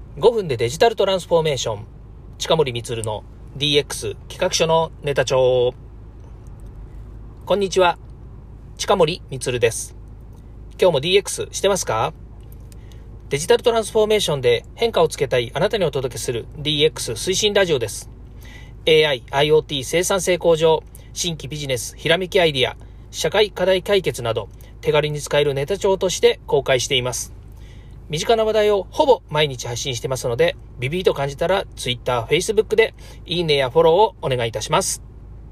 5分でデジタルトランスフォーメーション、近森光の DX 企画書のネタ帳。こんにちは、近森光です。今日も DX してますか？デジタルトランスフォーメーションで変化をつけたいあなたにお届けする DX 推進ラジオです。AI、IoT 生産性向上、新規ビジネス、ひらめきアイディア、社会課題解決など手軽に使えるネタ帳として公開しています。身近な話題をほぼ毎日配信してますので、ビビーと感じたら Twitter、Facebook でいいねやフォローをお願いいたします。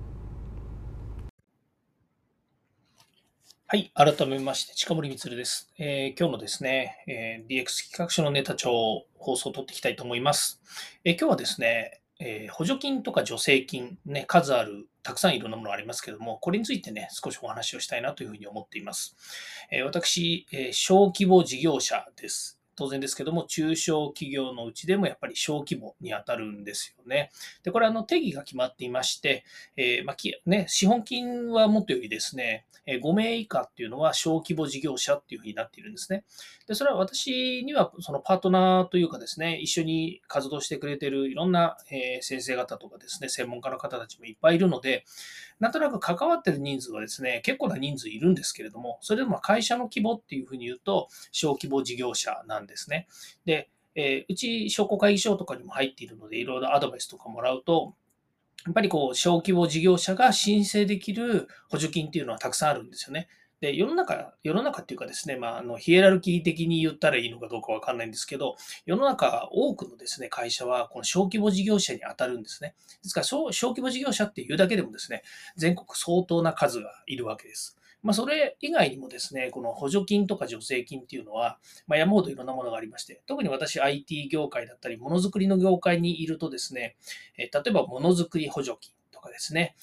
はい、改めまして近森光です。今日のですね、DX 企画書のネタ帳放送を取っていきたいと思います。今日はですね、補助金とか助成金、ね、たくさんいろんなものがありますけども、これについてね、少しお話をしたいなというふうに思っています。私、小規模事業者です。当然ですけども、中小企業のうちでもやっぱり小規模に当たるんですよね。で、これは定義が決まっていまして、資本金はもとよりですね、5名以下っていうのは小規模事業者っていうふうになっているんですね。で、それは私にはそのパートナーというかですね、一緒に活動してくれているいろんな先生方とかですね、専門家の方たちもいっぱいいるので、なんとなく関わってる人数はですね、結構な人数いるんですけれども、それでも会社の規模っていうふうに言うと、小規模事業者なんですね。で、うち商工会議所とかにも入っているので、いろいろアドバイスとかもらうと、やっぱり小規模事業者が申請できる補助金っていうのはたくさんあるんですよね。で、世の中っていうかですね、ヒエラルキー的に言ったらいいのかどうかわかんないんですけど、世の中多くのですね、会社はこの小規模事業者に当たるんですね。ですから、小規模事業者っていうだけでもですね、全国相当な数がいるわけです。それ以外にもですね、この補助金とか助成金っていうのは、山ほどいろんなものがありまして、特に私 IT 業界だったり、ものづくりの業界にいるとですね、例えばものづくり補助金とかですね、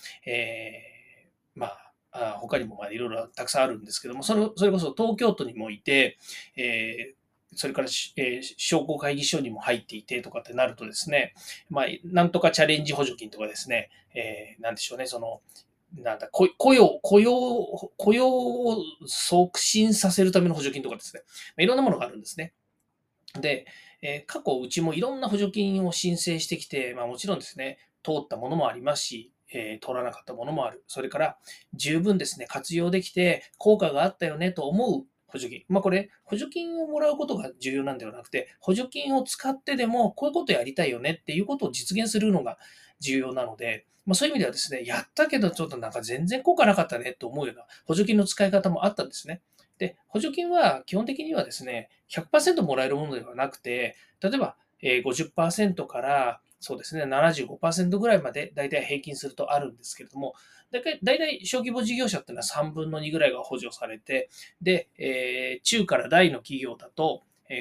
他にもいろいろたくさんあるんですけども、それこそ東京都にもいて、それから、商工会議所にも入っていてとかってなるとですね、なんとかチャレンジ補助金とかですね、なんでしょうね、なんだ、雇用を促進させるための補助金とかですね、いろんなものがあるんですね。で、過去うちもいろんな補助金を申請してきて、もちろんですね、通ったものもありますし、通らなかったものもある。それから十分ですね、活用できて効果があったよねと思う補助金。これ、補助金をもらうことが重要なんではなくて、補助金を使ってでもこういうことやりたいよねっていうことを実現するのが重要なので、そういう意味ではですね、やったけどちょっとなんか全然効果なかったねと思うような補助金の使い方もあったんですね。で、補助金は基本的にはですね、100%もらえるものではなくて、例えば50%からそうですね、75%ぐらいまでだいたい平均するとあるんですけれども、だいたい小規模事業者っていうのは3分の2ぐらいが補助されて、で、中から大の企業だと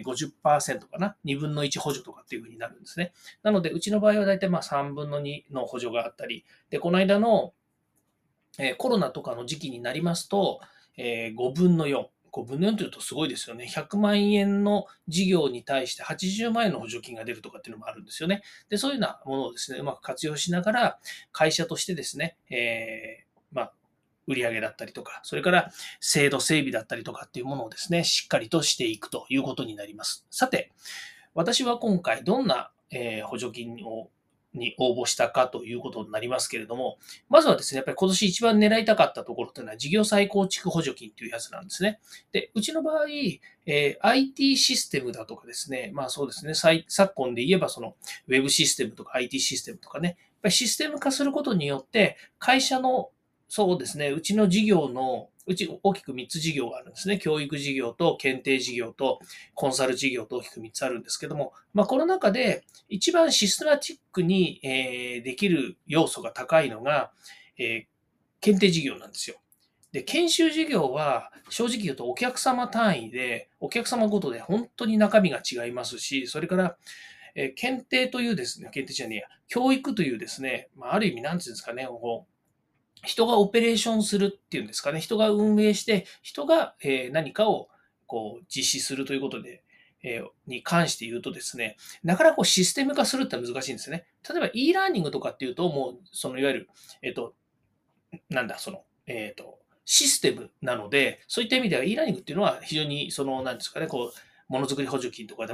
50%かな、2分の1補助とかっていうふうになるんですね。なので、うちの場合はだいたい3分の2の補助があったり、で、この間のコロナとかの時期になりますと、5分の4。5分の4というとすごいですよね。100万円の事業に対して80万円の補助金が出るとかっていうのもあるんですよね。で、そういうようなものをですね、うまく活用しながら、会社としてですね、売上だったりとか、それから制度整備だったりとかっていうものをですね、しっかりとしていくということになります。さて、私は今回どんな補助金に応募したかということになりますけれども、まずはですね、やっぱり今年一番狙いたかったところというのは事業再構築補助金というやつなんですね。で、うちの場合、IT システムだとかですね、そうですね、昨今で言えばウェブシステムとか IT システムとかね、やっぱりシステム化することによって会社のそうですね。うちの事業の、うち大きく3つ事業があるんですね。教育事業と検定事業とコンサル事業と大きく3つあるんですけども、この中で一番システマチックにできる要素が高いのが、検定事業なんですよ。で、研修事業は正直言うとお客様単位で、お客様ごとで本当に中身が違いますし、それから、検定というですね、検定じゃねえや、教育というですね、ある意味なんていうんですかね、人がオペレーションするっていうんですかね、人が運営して、人が何かを実施するということで、に関して言うとですね、なかなかシステム化するって難しいんですね。例えば e ラーニングとかっていうと、もう、いわゆる、えっと、なんだ、システムなので、そういった意味では e ラーニングっていうのは非常に、なんですかね、ものづくり補助金とかでも、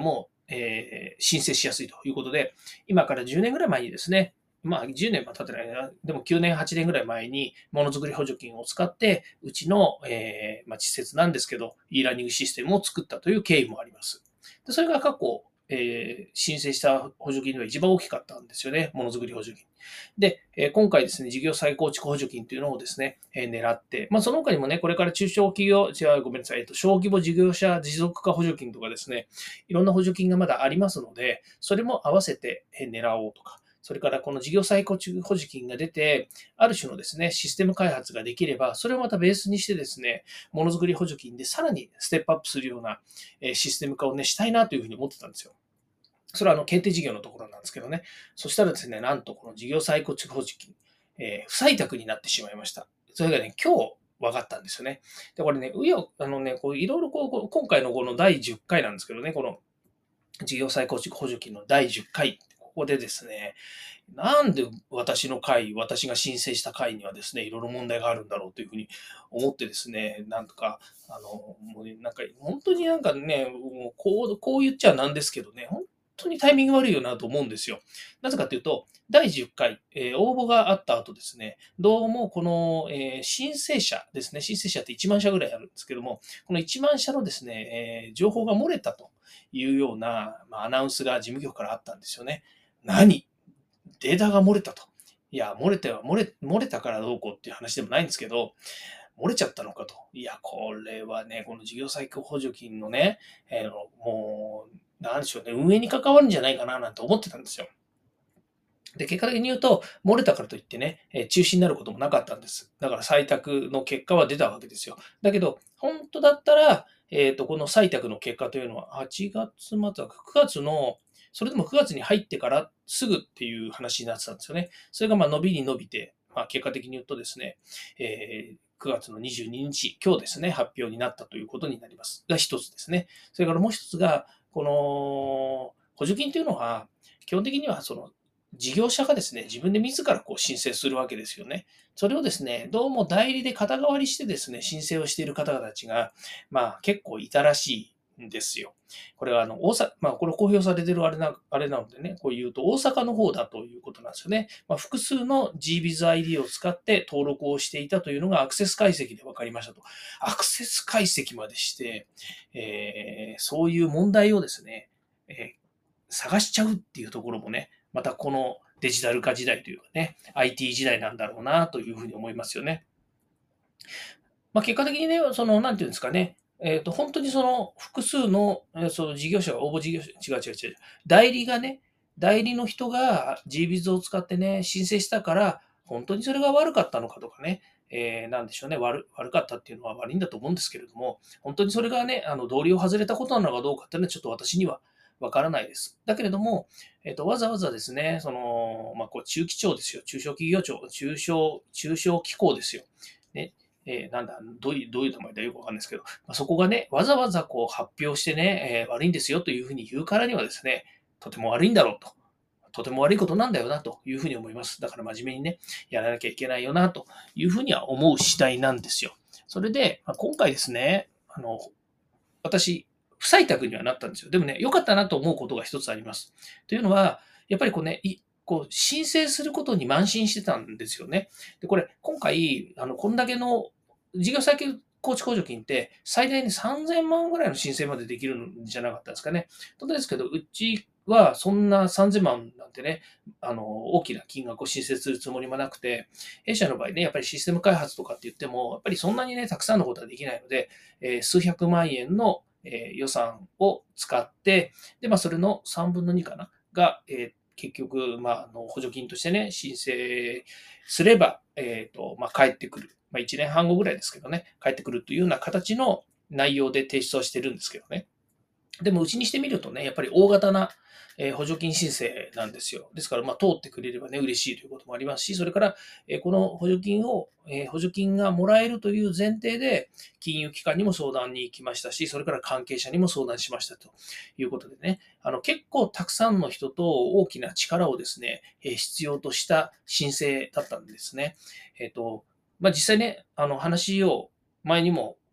申請しやすいということで、今から10年ぐらい前にですね、まあ10年は経ってないな、でも9年、8年ぐらい前にものづくり補助金を使って、うちの、まあ、施設なんですけど、e ラーニングシステムを作ったという経緯もあります。でそれが過去、申請した補助金では一番大きかったんですよね、ものづくり補助金。で、今回ですね、事業再構築補助金というのをですね、狙って、まあ、その他にもね、これから中小企業、ごめんなさい、小規模事業者持続化補助金とかですね、いろんな補助金がまだありますので、それも合わせて狙おうとか、それからこの事業再構築補助金が出て、ある種のですね、システム開発ができれば、それをまたベースにしてですね、ものづくり補助金でさらにステップアップするようなシステム化をね、したいなというふうに思ってたんですよ。それは検定事業のところなんですけどね。そしたらですね、なんとこの事業再構築補助金、不採択になってしまいました。それがね、今日分かったんですよね。で、これね、こういろいろ今回のこの第10回なんですけどね、この事業再構築補助金の第10回、ここでですね、なんで私が申請した会にはですね、いろいろ問題があるんだろうというふうに思ってですね、なんとか、もうねなんか、本当になんかね、もうこう言っちゃなんですけどね、本当にタイミング悪いよなと思うんですよ。なぜかというと、第10回、応募があった後ですね、どうもこの、申請者ですね、申請者って1万社ぐらいあるんですけども、この1万社のですね、情報が漏れたというような、アナウンスが事務局からあったんですよね。何データが漏れたと。いや、漏れたからどうこうっていう話でもないんですけど、漏れちゃったのかと。いや、これはね、この事業再興補助金のね、もう、なんでしょうね、運営に関わるんじゃないかななんて思ってたんですよ。で、結果的に言うと、漏れたからといってね、中止になることもなかったんです。だから採択の結果は出たわけですよ。だけど、本当だったら、この採択の結果というのは、8月末は9月の、それでも9月に入ってからすぐっていう話になってたんですよね。それが伸びに伸びて、結果的に言うとですね、9月の22日、今日ですね、発表になったということになります。が一つですね。それからもう一つが、この補助金というのは、基本的にはその事業者がですね、自分で自ら申請するわけですよね。それをですね、どうも代理で肩代わりしてですね、申請をしている方々たちが、結構いたらしいんですよ。これは大阪、これ公表されてるあれなのでね、こう言うと大阪の方だということなんですよね。複数の GBizID を使って登録をしていたというのがアクセス解析で分かりましたと。アクセス解析までして、そういう問題をですね、探しちゃうっていうところもね、またこのデジタル化時代というかね、IT 時代なんだろうなというふうに思いますよね。結果的にね、なんていうんですかね、本当にその複数の、その事業者が応募事業者、違う。代理がね、代理の人が GBiz を使ってね、申請したから、本当にそれが悪かったのかとかね、なんでしょうね、悪かったっていうのは悪いんだと思うんですけれども、本当にそれがね、道理を外れたことなのかどうかっていうのはちょっと私にはわからないです。だけれども、わざわざですね、こう中期庁ですよ。中小企業庁、中小機構ですよ。ね、どういう名前だよくわかんないですけど、そこがね、わざわざこう発表してね、悪いんですよというふうに言うからにはですね、とても悪いんだろうと。とても悪いことなんだよなというふうに思います。だから真面目にね、やらなきゃいけないよなというふうには思う次第なんですよ。それで、今回ですね、私、不採択にはなったんですよ。でもね、良かったなと思うことが一つあります。というのは、やっぱりこうね、申請することに慢心してたんですよね。で、これ、今回、こんだけの事業再構築補助金って最大に3000万ぐらいの申請までできるんじゃなかったですかね。例えですけど、うちはそんな3000万なんてね、大きな金額を申請するつもりもなくて、弊社の場合ね、やっぱりシステム開発とかって言っても、やっぱりそんなにね、たくさんのことはできないので、数百万円の予算を使って、で、それの3分の2かなが、結局、補助金としてね、申請すれば、返ってくる。1年半後ぐらいですけどね、返ってくるというような形の内容で提出はしてるんですけどね。でも、うちにしてみるとね、やっぱり大型な補助金申請なんですよ。ですから、通ってくれればね、嬉しいということもありますし、それから、この補助金がもらえるという前提で、金融機関にも相談に行きましたし、それから関係者にも相談しましたということでね、結構たくさんの人と大きな力をですね、必要とした申請だったんですね。実際ね、話を前にも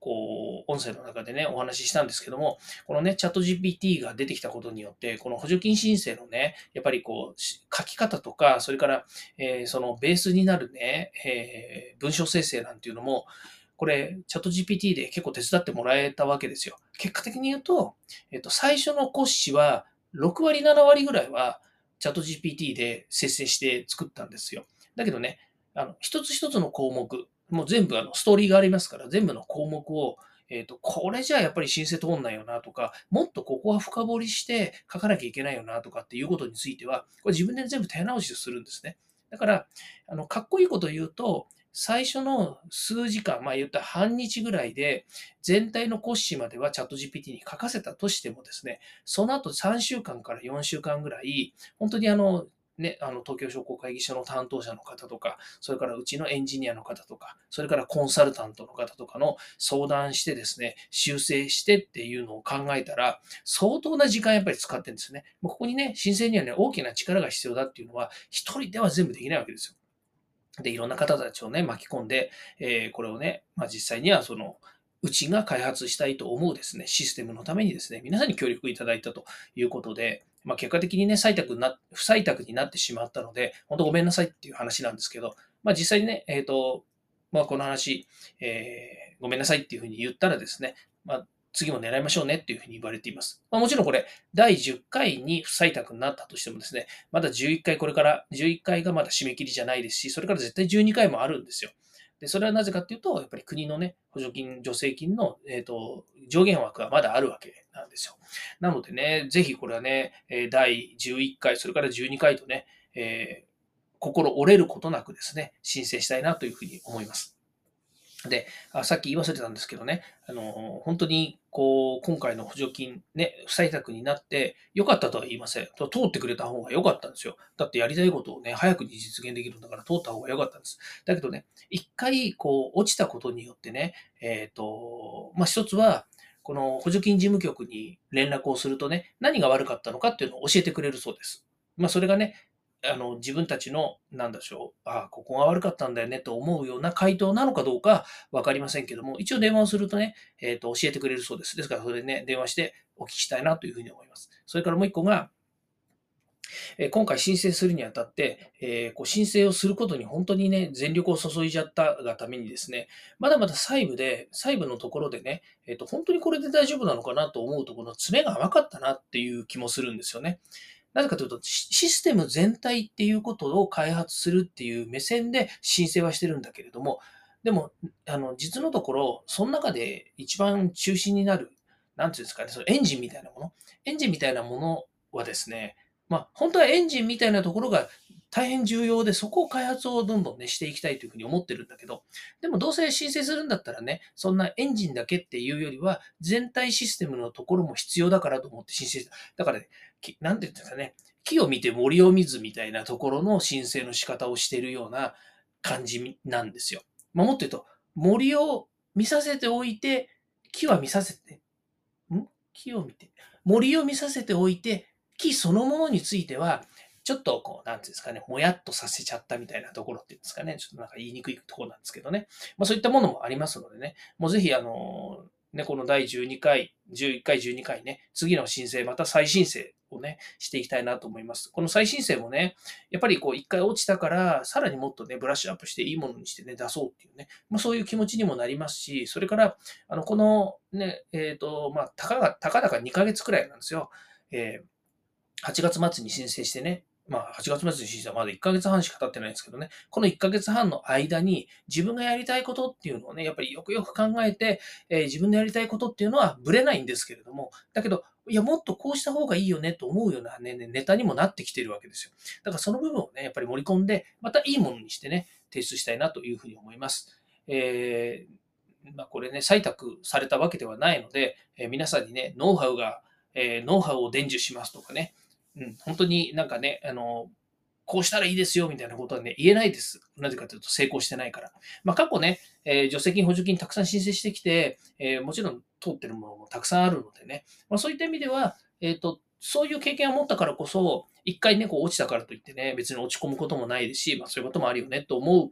音声の中でね、お話ししたんですけども、このね、チャット GPT が出てきたことによって、この補助金申請のね、やっぱり書き方とか、それから、そのベースになるね、文章生成なんていうのも、これ、チャット GPT で結構手伝ってもらえたわけですよ。結果的に言うと、最初の骨子は、6割、7割ぐらいは、チャット GPT で生成して作ったんですよ。だけどね、一つ一つの項目、もう全部ストーリーがありますから、全部の項目を、これじゃあやっぱり申請通んないよなとか、もっとここは深掘りして書かなきゃいけないよなとかっていうことについては、これ自分で全部手直しするんですね。だから、かっこいいこと言うと、最初の数時間、まあ言ったら半日ぐらいで、全体の骨子まではチャット GPT に書かせたとしてもですね、その後3週間から4週間ぐらい、本当にね、東京商工会議所の担当者の方とか、それからうちのエンジニアの方とか、それからコンサルタントの方とかの相談してですね、修正してっていうのを考えたら、相当な時間やっぱり使ってるんですね。もうここにね、申請にはね、大きな力が必要だっていうのは、一人では全部できないわけですよ。で、いろんな方たちをね、巻き込んで、これをね、実際にはうちが開発したいと思うですね、システムのためにですね、皆さんに協力いただいたということで、結果的にね、不採択になってしまったので、本当ごめんなさいっていう話なんですけど、実際にね、この話、ごめんなさいっていうふうに言ったらですね、次も狙いましょうねっていうふうに言われています。もちろんこれ、第10回に不採択になったとしてもですね、まだ11回、これから11回がまだ締め切りじゃないですし、それから絶対12回もあるんですよ。で、それはなぜかっていうと、やっぱり国のね、補助金、助成金の、上限枠はまだあるわけなんですよ。なのでね、ぜひこれはね、第11回、それから12回とね、心折れることなくですね、申請したいなというふうに思います。で、さっき言い忘れてたんですけどね、本当に、今回の補助金、ね、不採択になって良かったとは言いません。通ってくれた方が良かったんですよ。だってやりたいことをね、早くに実現できるんだから通った方が良かったんです。だけどね、一回、落ちたことによってね、一つは、この補助金事務局に連絡をするとね、何が悪かったのかっていうのを教えてくれるそうです。それがね、自分たちの、なんでしょう、ここが悪かったんだよねと思うような回答なのかどうかわかりませんけども、一応電話をするとね、教えてくれるそうです。ですから、それでね、電話してお聞きしたいなというふうに思います。それからもう一個が、今回申請するにあたって、申請をすることに本当にね、全力を注いじゃったがためにですね、まだまだ細部のところでね、本当にこれで大丈夫なのかなと思うところの詰めが甘かったなっていう気もするんですよね。なぜかというと、システム全体っていうことを開発するっていう目線で申請はしてるんだけれども、でも、実のところ、その中で一番中心になる、なんていうんですかね、そのエンジンみたいなものはですね、本当はエンジンみたいなところが大変重要で、そこを開発をどんどんね、していきたいというふうに思ってるんだけど、でもどうせ申請するんだったらね、そんなエンジンだけっていうよりは、全体システムのところも必要だからと思って申請した。だからね、なんて言うんですかね、木を見て森を見ずみたいなところの申請の仕方をしているような感じなんですよ。もっと言うと、森を見させておいて、木は見させて、木を見て、森を見させておいて、木そのものについては、ちょっとなんていうんですかね、もやっとさせちゃったみたいなところっていうんですかね、ちょっとなんか言いにくいところなんですけどね。そういったものもありますのでね、もうぜひね、この第12回、11回、12回ね、次の申請、また再申請をね、していきたいなと思います。この再申請もね、やっぱり1回落ちたから、さらにもっとね、ブラッシュアップしていいものにしてね、出そうっていうね、そういう気持ちにもなりますし、それから、このね、たかだか2ヶ月くらいなんですよ。8月末に申請してね、8月末に申請はまだ1ヶ月半しか経ってないんですけどね、この1ヶ月半の間に自分がやりたいことっていうのをね、やっぱりよくよく考えて、自分のやりたいことっていうのはぶれないんですけれども、だけど、いや、もっとこうした方がいいよねと思うようなね、ネタにもなってきてるわけですよ。だからその部分をね、やっぱり盛り込んで、またいいものにしてね、提出したいなというふうに思います。これね、採択されたわけではないので、皆さんにね、ノウハウを伝授しますとかね、本当になんかね、こうしたらいいですよみたいなことはね、言えないです。なぜかというと成功してないから。過去ね、助成金、補助金たくさん申請してきて、もちろん通ってるものもたくさんあるのでね、そういった意味では、そういう経験を持ったからこそ、一回ね、落ちたからといってね、別に落ち込むこともないですし、そういうこともあるよねと思う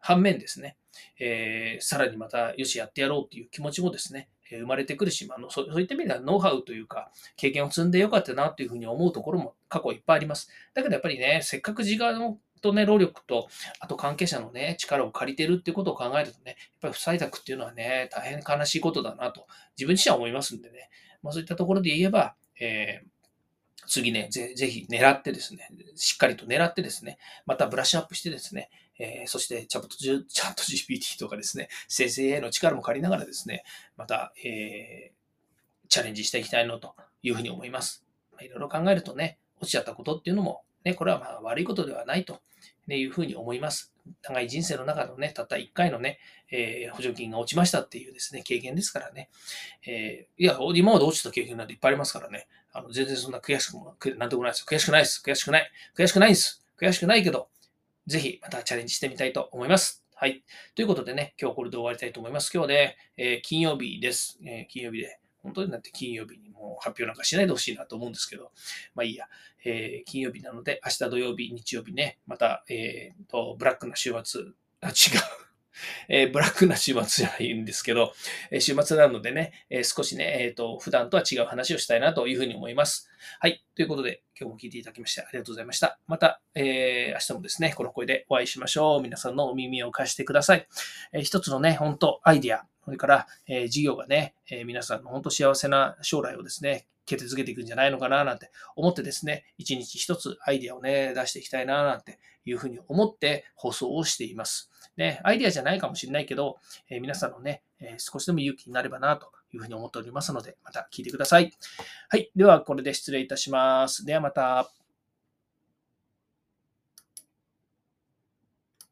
反面ですね、さらにまた、よし、やってやろうっていう気持ちもですね、生まれてくるし、そういった意味ではノウハウというか、経験を積んでよかったなというふうに思うところも過去いっぱいあります。だけどやっぱりね、せっかく時間とね、労力と、あと関係者のね、力を借りてるっていうことを考えるとね、やっぱり不採択っていうのはね、大変悲しいことだなと、自分自身は思いますんでね、そういったところで言えば、次ね、ぜひ狙ってですね、しっかりと狙ってですね、またブラッシュアップしてですね、そしてチャット GPT とかですね、生成 AI の力も借りながらですね、また、チャレンジしていきたいなというふうに思います。いろいろ考えるとね、落ちちゃったことっていうのも、ね、これは悪いことではないというふうに思います。長い人生の中のね、たった1回のね、補助金が落ちましたっていうですね、経験ですからね。いや、今まで落ちた経験なんていっぱいありますからね。全然そんな悔しくも、なんともないです。悔しくないです。悔しくない。悔しくないです。悔しくないけど、ぜひまたチャレンジしてみたいと思います。はい。ということでね、今日はこれで終わりたいと思います。今日で、金曜日です。金曜日で、本当になって金曜日にもう発表なんかしないでほしいなと思うんですけど、まあいいや。金曜日なので、明日土曜日、日曜日ね、また、ブラックな週末、違う。ブラックな週末じゃないんですけど、週末なのでね、少しね、普段とは違う話をしたいなというふうに思います。はい。ということで、今日も聞いていただきましてありがとうございました。また、明日もですね、この声でお会いしましょう。皆さんのお耳を貸してください。一つのね、本当アイディア、それから、事業がね、皆さんの本当幸せな将来をですね、決定づけていくんじゃないのかななんて思ってですね、一日一つアイディアをね、出していきたいななんていうふうに思って放送をしています。ね、アイディアじゃないかもしれないけど、皆さんのね、少しでも勇気になればなというふうに思っておりますので、また聞いてください。はい。では、これで失礼いたします。ではまた。